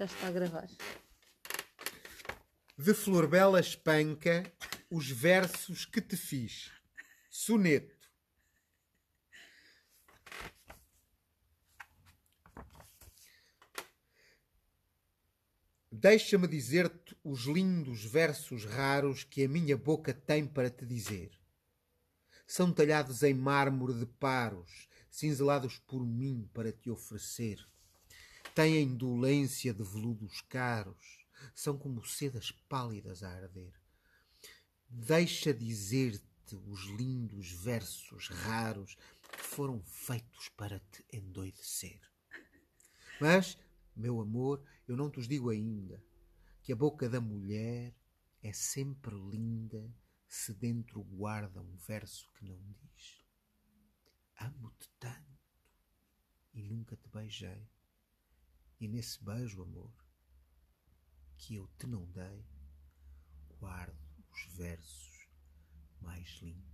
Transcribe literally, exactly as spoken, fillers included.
Já está a gravar. De Florbela Espanca, os versos que te fiz. Soneto. Deixa-me dizer-te os lindos versos raros que a minha boca tem para te dizer. São talhados em mármore de paros, cinzelados por mim para te oferecer. Têm indolência de veludos caros, são como sedas pálidas a arder. Deixa dizer-te os lindos versos raros que foram feitos para te endoidecer. Mas, meu amor, eu não te os digo ainda, que a boca da mulher é sempre linda se dentro guarda um verso que não diz. Amo-te tanto e nunca te beijei, e nesse beijo, amor, que eu te não dei, guardo os versos mais lindos.